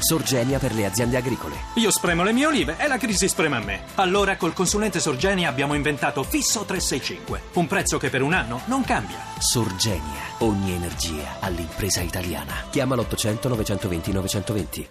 Sorgenia per le aziende agricole. Io spremo le mie olive e la crisi sprema me. Allora col consulente Sorgenia abbiamo inventato Fisso 365, un prezzo che per un anno non cambia. Sorgenia, ogni energia all'impresa italiana. Chiama l'800 920 920.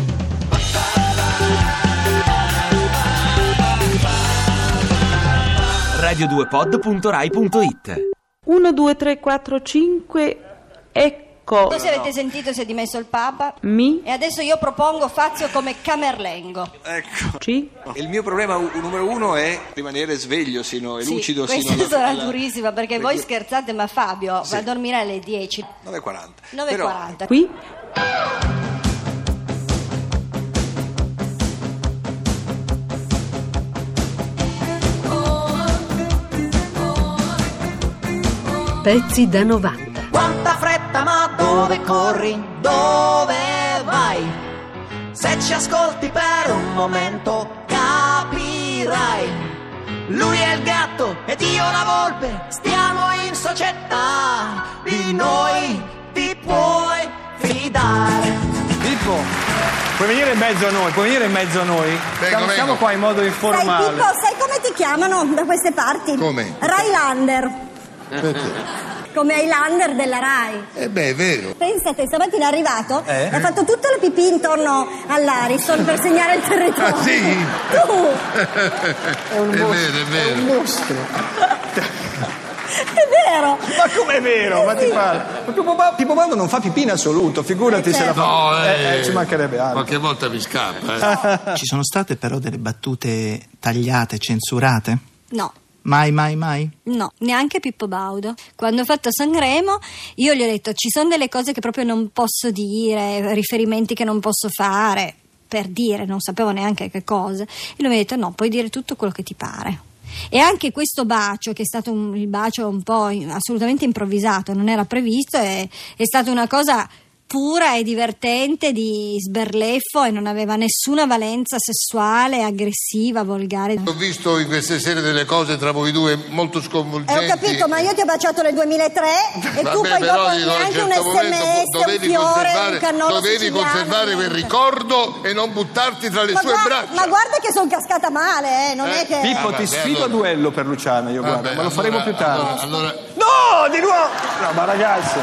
radio2pod.rai.it 1, 2, 3, 4, 5, ecco. Così avete sentito, si è dimesso il Papa. Mi. E adesso io propongo Fazio come Camerlengo. Ecco. Ci. Il mio problema numero uno è rimanere sveglio e lucido questa sino sarà durissima perché voi scherzate, ma Fabio Sì. va a dormire alle 10. 9:40. 9:40. Qui. Pezzi da 90. Quanta fretta, ma dove corri? Dove vai? Se ci ascolti per un momento capirai. Lui è il gatto ed io la volpe, stiamo in società, di noi ti puoi fidare. Pippo, puoi venire in mezzo a noi? Siamo qua in modo informale. Sai Pippo, sai come ti chiamano da queste parti? Come? Railander. Come Highlander della Rai. È vero. Pensate, stamattina è arrivato e ha fatto tutta la pipì intorno all'Ariston per segnare il territorio. Ah, sì? Tu! È vero. È vero. Ma com'è vero? Ma ti pare? Pippo Baudo non fa pipì in assoluto, figurati se la fa. No, ci mancherebbe altro. Qualche volta mi scappa. Ci sono state però delle battute tagliate, censurate? No. Mai? No, neanche Pippo Baudo. Quando ho fatto Sanremo io gli ho detto ci sono delle cose che proprio non posso dire, riferimenti che non posso fare, per dire, non sapevo neanche che cosa, e lui mi ha detto no, puoi dire tutto quello che ti pare. E anche questo bacio, che è stato il bacio un po' assolutamente improvvisato, non era previsto, è stata una cosa pura e divertente di sberleffo e non aveva nessuna valenza sessuale, aggressiva, volgare. Ho visto in queste sere delle cose tra voi due molto sconvolgenti. Ho capito, ma io ti ho baciato nel 2003 e tu poi dopo neanche un sms, un fiore, un cannolo dovevi siciliano, conservare quel ricordo e non buttarti tra le sue braccia. Ma guarda che sono cascata male, non è che... Pippo, ti sfido a duello per Luciana, io guarda, ma lo faremo più tardi. Allora... No, di nuovo! No, ma ragazzi...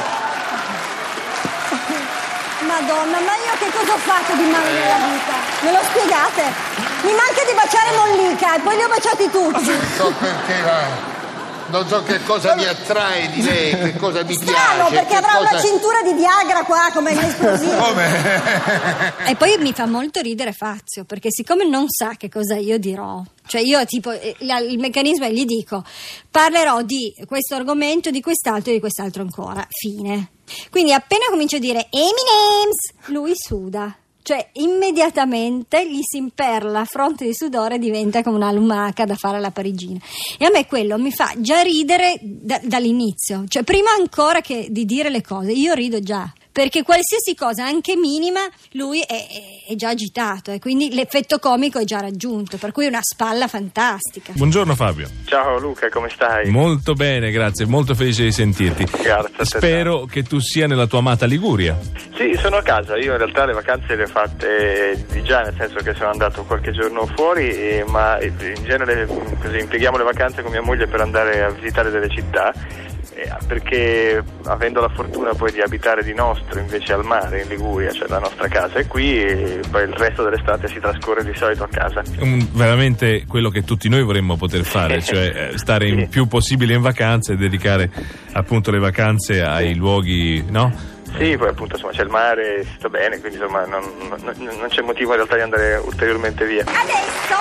Madonna, ma io che cosa ho fatto di male nella vita? Me lo spiegate? Mi manca di baciare Mollica e poi li ho baciati tutti. Non so perché, non so che cosa mi attrae di lei, che cosa mi piace. Strano, perché avrà una cintura di Viagra qua come l'esplosivo. Come? E poi mi fa molto ridere Fazio, perché siccome non sa che cosa io dirò, cioè io tipo il meccanismo è gli dico parlerò di questo argomento, di quest'altro e di quest'altro ancora, fine. Quindi appena comincio a dire Eminems, lui suda. Cioè immediatamente gli si imperla a fronte di sudore e diventa come una lumaca da fare alla parigina. E a me quello mi fa già ridere dall'inizio. Cioè prima ancora che di dire le cose, io rido già. Perché qualsiasi cosa, anche minima, lui è già agitato e quindi l'effetto comico è già raggiunto, per cui è una spalla fantastica. Buongiorno Fabio. Ciao Luca, come stai? Molto bene, grazie, molto felice di sentirti. Grazie. Spero che tu sia nella tua amata Liguria. Sì, sono a casa, io in realtà le vacanze le ho fatte di già, nel senso che sono andato qualche giorno fuori, ma in genere così impieghiamo le vacanze con mia moglie per andare a visitare delle città. Perché avendo la fortuna poi di abitare di nostro invece al mare in Liguria, cioè la nostra casa è qui, e poi il resto dell'estate si trascorre di solito a casa. Veramente quello che tutti noi vorremmo poter fare, cioè stare il più possibile in vacanza e dedicare appunto le vacanze ai luoghi, no? Sì, poi appunto insomma c'è il mare, si sta bene, quindi insomma non c'è motivo in realtà di andare ulteriormente via. Adesso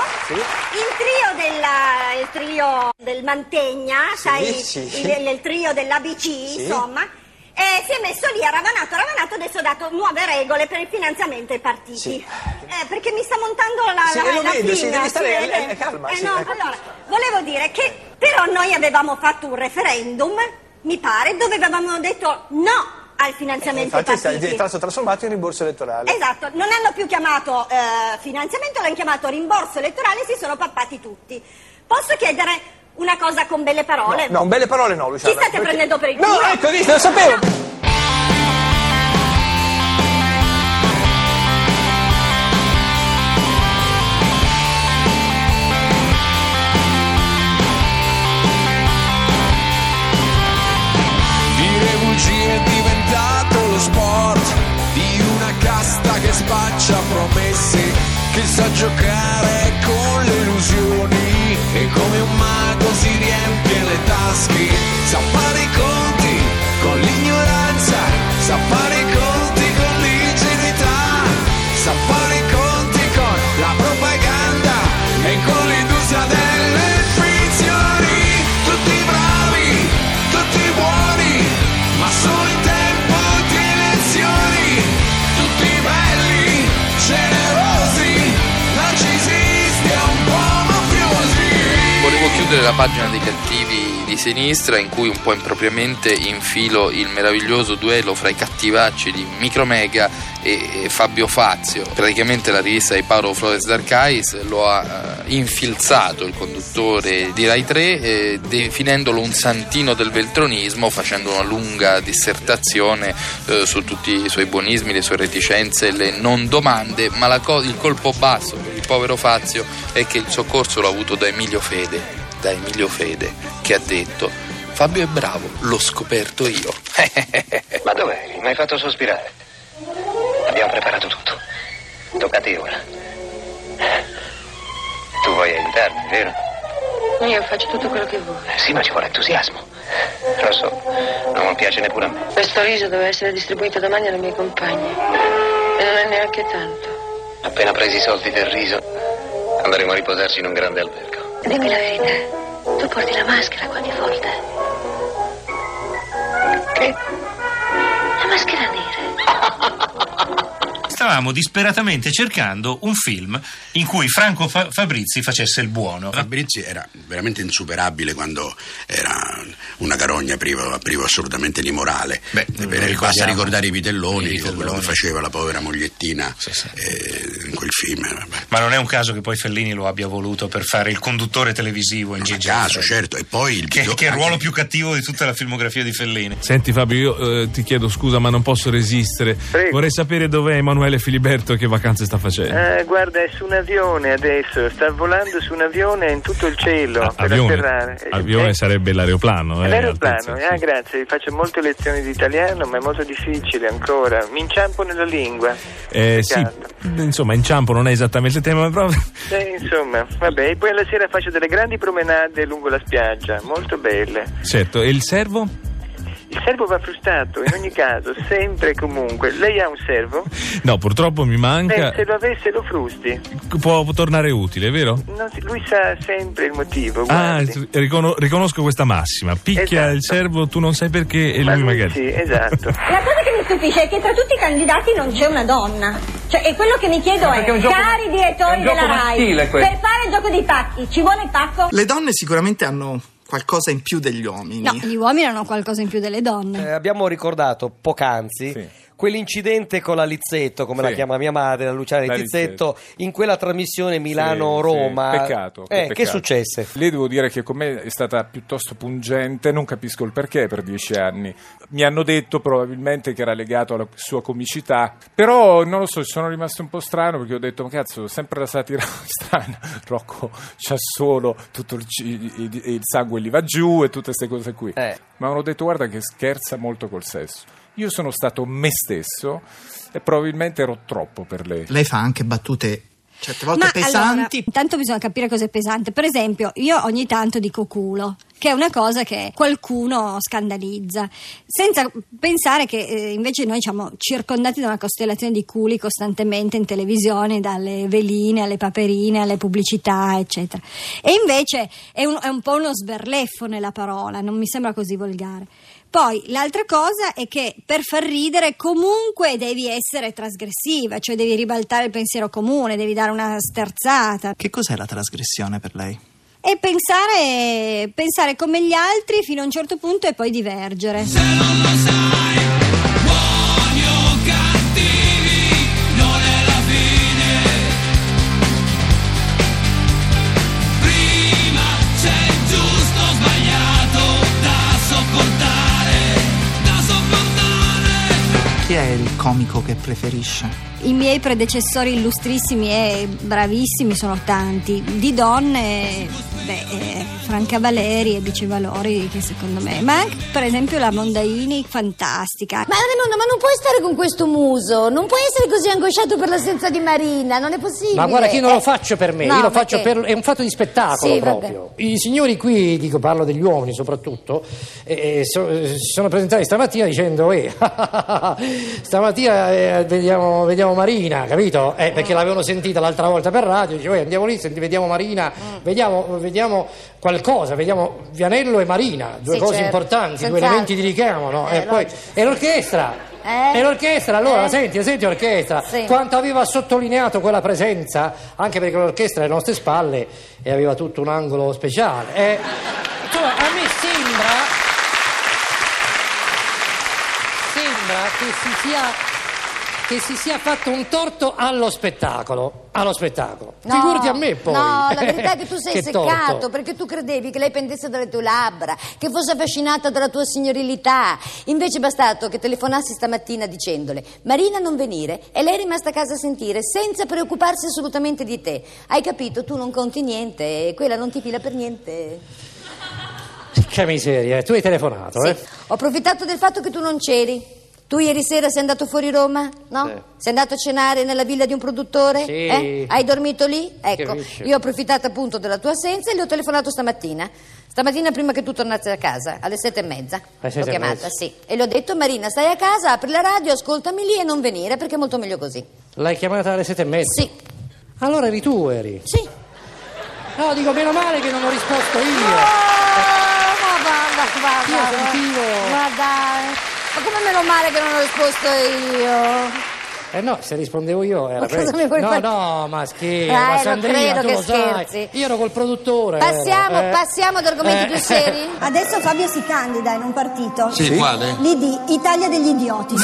il trio del Mantegna, il trio dell'ABC, insomma, si è messo lì, ha ravanato, adesso ha dato nuove regole per il finanziamento ai partiti. Perché mi sta montando la pinna. Devi stare calma. Allora, volevo dire che però noi avevamo fatto un referendum, mi pare, dove avevamo detto no al finanziamento ai partiti. Infatti è stato trasformato in rimborso elettorale. Esatto, non hanno più chiamato finanziamento, l'hanno chiamato rimborso elettorale e si sono pappati tutti. Posso chiedere una cosa con belle parole? No, belle parole no, Luciana. Chi state prendendo per il culo? No, ecco, visto, lo sapevo. spaccia promesse, che sa giocare con le illusioni e come un mago si riempie le tasche, sa fare i conti con l'ignoranza, sa fare i conti con l'ingenuità, sa fare i conti con la propaganda e con l'industria delle finzioni. Tutti bravi, tutti buoni, ma solo in tempo di elezioni, tutti belli, generosi, narcisisti e un po' mafiosi. Volevo chiudere la pagina dei cattivi di sinistra, in cui un po' impropriamente infilo il meraviglioso duello fra i cattivacci di Micromega e Fabio Fazio. Praticamente la rivista di Paolo Flores d'Arcais lo ha infilzato il conduttore di Rai 3, definendolo un santino del veltronismo, facendo una lunga dissertazione su tutti i suoi buonismi, le sue reticenze, le non domande, ma il colpo basso per il povero Fazio è che il soccorso l'ha avuto da Emilio Fede, che ha detto: Fabio è bravo, l'ho scoperto io. Ma dov'è? Mi hai fatto sospirare. Abbiamo preparato tutto. Tocca a te ora. Tu vuoi aiutarmi, vero? Io faccio tutto quello che vuoi. Sì, ma ci vuole entusiasmo. Lo so, non mi piace neppure a me. Questo riso deve essere distribuito domani alle mie compagne. E non è neanche tanto. Appena presi i soldi del riso, andremo a riposarci in un grande albergo. Dimmi la verità. Tu porti la maschera qualche volta? Che? La maschera nera. Stavamo disperatamente cercando un film in cui Franco Fabrizi facesse il buono. Fabrizi era veramente insuperabile quando era una carogna privo assolutamente di morale. Basta ricordare i vitelloni, quello che faceva la povera mogliettina in quel film. Ma non è un caso che poi Fellini lo abbia voluto per fare il conduttore televisivo in Gigi? Caso, certo. E poi che è il ruolo più cattivo di tutta la filmografia di Fellini. Senti Fabio, io ti chiedo scusa, ma non posso resistere. Prego. Vorrei sapere dov'è Emanuele Filiberto e che vacanze sta facendo. Guarda, è su un avione adesso, sta volando su un avione in tutto il cielo per atterrare. Avione sarebbe l'aeroplano. L'aeroplano, grazie, vi faccio molte lezioni di italiano, ma è molto difficile ancora. Mi inciampo nella lingua. Sì, insomma, inciampo non è esattamente il tema, però. Insomma, vabbè, e poi alla sera faccio delle grandi promenade lungo la spiaggia, molto belle. Certo, e il servo? Il servo va frustato, in ogni caso, sempre e comunque. Lei ha un servo? No, purtroppo mi manca. Se lo avesse lo frusti. Può tornare utile, vero? No, lui sa sempre il motivo. Riconosco questa massima. Picchia il servo, tu non sai perché, e lui magari. Sì, esatto. La cosa che mi stupisce è che tra tutti i candidati non c'è una donna. Cioè, e quello che mi chiedo è, cari direttori della Rai, per fare il gioco dei pacchi, ci vuole il pacco? Le donne sicuramente hanno qualcosa in più degli uomini. No, gli uomini hanno qualcosa in più delle donne. Abbiamo ricordato poc'anzi quell'incidente con la Lizzetto, come la chiama mia madre, la Luciana Lizzetto, in quella trasmissione Milano-Roma. Peccato. Che successe? Lei, devo dire che con me è stata piuttosto pungente, non capisco il perché per 10 anni. Mi hanno detto probabilmente che era legato alla sua comicità, però non lo so, sono rimasto un po' strano perché ho detto, ma cazzo, sempre la satira strana, Rocco c'ha solo tutto il sangue gli va giù e tutte queste cose qui. Ma hanno detto, guarda che scherza molto col sesso. Io sono stato me stesso e probabilmente ero troppo per lei. Lei fa anche battute certe volte pesanti. Allora, intanto bisogna capire cosa è pesante. Per esempio, io ogni tanto dico culo, che è una cosa che qualcuno scandalizza, senza pensare che invece noi siamo circondati da una costellazione di culi costantemente in televisione, dalle veline alle paperine alle pubblicità eccetera, e invece è un po' uno sberleffo nella parola, non mi sembra così volgare. Poi l'altra cosa è che per far ridere comunque devi essere trasgressiva, cioè devi ribaltare il pensiero comune, devi dare una sterzata. Che cos'è la trasgressione per lei? E pensare come gli altri fino a un certo punto e poi divergere. Se non lo sai, buoni o cattivi, non è la fine. Prima c'è il giusto o sbagliato da sopportare. Chi è il comico che preferisce? I miei predecessori illustrissimi e bravissimi sono tanti. Di donne Franca Valeri e Bice Valori, che secondo me, ma anche per esempio la Mondaini, fantastica. Ma Raimondo, ma non puoi stare con questo muso, non puoi essere così angosciato per l'assenza di Marina, non è possibile. Ma guarda che io non lo faccio per me, no, io lo faccio è un fatto di spettacolo, sì, proprio. I signori qui, parlo degli uomini soprattutto, si sono presentati stamattina dicendo stamattina vediamo Marina, capito? Perché l'avevano sentita l'altra volta per radio, dice andiamo lì, vediamo Marina, vediamo qualcosa, vediamo Vianello e Marina, due cose importanti, due elementi di richiamo, no? E poi l'orchestra. E l'orchestra, allora, senti l'orchestra, quanto aveva sottolineato quella presenza, anche perché l'orchestra è alle nostre spalle e aveva tutto un angolo speciale. Insomma, a me sembra che si sia fatto un torto allo spettacolo. No, figurati a me poi. No, la verità è che tu sei che seccato torto. perché tu credevi che lei pendesse dalle tue labbra, che fosse affascinata dalla tua signorilità. Invece è bastato che telefonassi stamattina dicendole Marina non venire e lei è rimasta a casa a sentire senza preoccuparsi assolutamente di te. Hai capito? Tu non conti niente e quella non ti fila per niente. Che miseria, tu hai telefonato, Sì. Ho approfittato del fatto che tu non c'eri. Tu ieri sera sei andato fuori Roma? No? Sì. Sei andato a cenare nella villa di un produttore? Sì. Hai dormito lì? Ecco, io ho approfittato appunto della tua assenza e le ho telefonato stamattina. Stamattina prima che tu tornassi a casa, alle 7:30. L'ho chiamata, sì. E le ho detto Marina, stai a casa, apri la radio, ascoltami lì e non venire perché è molto meglio così. L'hai chiamata alle 7:30? Sì. Allora eri tu, eri? Sì. No, dico, meno male che non ho risposto io. Ma io sentivo... Ma dai... Ma come meno male che non ho risposto io? No, se rispondevo io era cosa mi vuoi fare? No, ma scherzo, ma Sandrina, tu lo sai. Io ero col produttore. Passiamo ad argomenti più seri? Adesso Fabio si candida in un partito. Sì, quale? L'ID, Italia degli Idioti.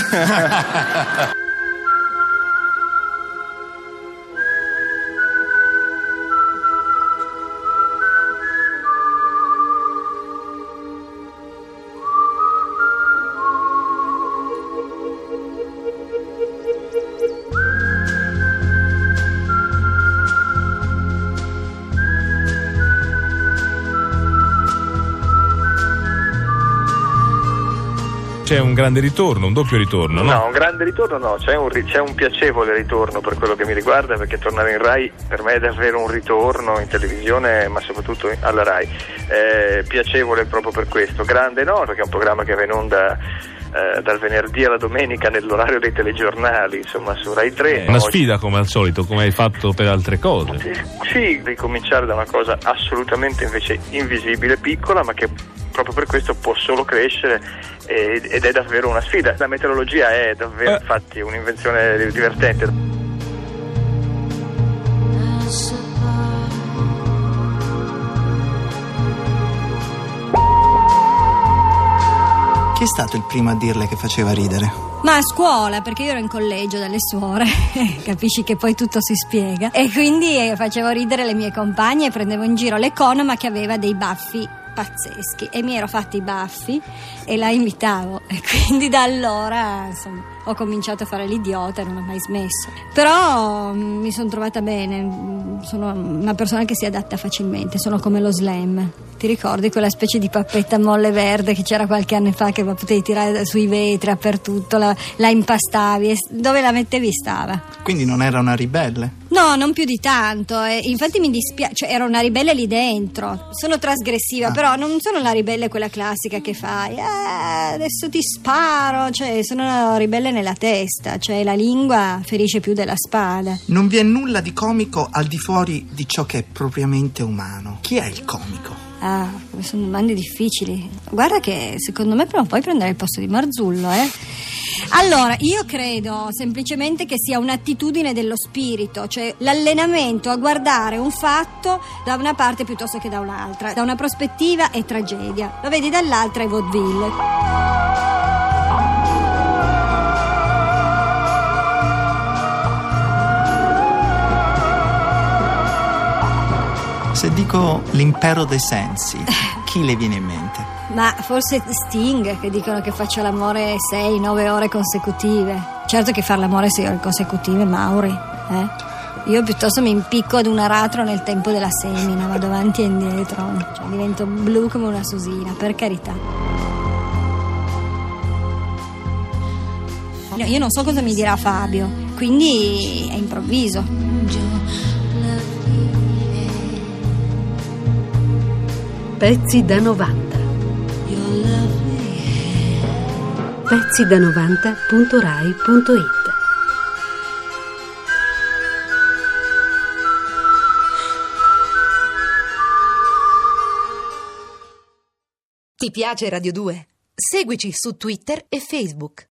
C'è un grande ritorno, un doppio ritorno, no? No, un grande ritorno no, c'è un piacevole ritorno per quello che mi riguarda, perché tornare in Rai per me è davvero un ritorno in televisione, ma soprattutto alla Rai. Piacevole proprio per questo, grande no, perché è un programma che va in onda dal venerdì alla domenica nell'orario dei telegiornali, insomma su Rai 3. Una sfida come al solito, come hai fatto per altre cose. Sì, ricominciare da una cosa assolutamente invece invisibile, piccola, ma che proprio per questo può solo crescere ed è davvero una sfida. La meteorologia è davvero infatti un'invenzione divertente. Chi è stato il primo a dirle che faceva ridere? Ma a scuola, perché io ero in collegio dalle suore, capisci che poi tutto si spiega, e quindi facevo ridere le mie compagne e prendevo in giro l'economa che aveva dei baffi pazzeschi e mi ero fatti i baffi e la imitavo e quindi da allora insomma ho cominciato a fare l'idiota e non ho mai smesso, però mi sono trovata bene, sono una persona che si adatta facilmente, sono come lo slam. Ti ricordi quella specie di pappetta molle verde che c'era qualche anno fa che potevi tirare sui vetri dappertutto, la impastavi e dove la mettevi stava. Quindi non era una ribelle? No, non più di tanto, infatti mi dispiace, cioè ero una ribelle lì dentro, sono trasgressiva, però non sono la ribelle quella classica che fai, adesso ti sparo, cioè sono una ribelle nella testa, cioè la lingua ferisce più della spada. Non vi è nulla di comico al di fuori di ciò che è propriamente umano. Chi è il comico? Sono domande difficili. Guarda che secondo me prima o poi prenderei il posto di Marzullo, Allora, io credo semplicemente che sia un'attitudine dello spirito, cioè l'allenamento a guardare un fatto da una parte piuttosto che da un'altra. Da una prospettiva è tragedia, lo vedi dall'altra è vaudeville. Se dico l'impero dei sensi, chi le viene in mente? Ma forse Sting, che dicono che faccia l'amore 6-9 ore consecutive. Certo che far l'amore 6 ore consecutive, Mauri, Io piuttosto mi impicco ad un aratro nel tempo della semina, vado avanti e indietro, cioè divento blu come una susina, per carità. Io non so cosa mi dirà Fabio, quindi è improvviso. Pezzi da 90. Pezzi da 90.rai.it. Ti piace Radio 2? Seguici su Twitter e Facebook.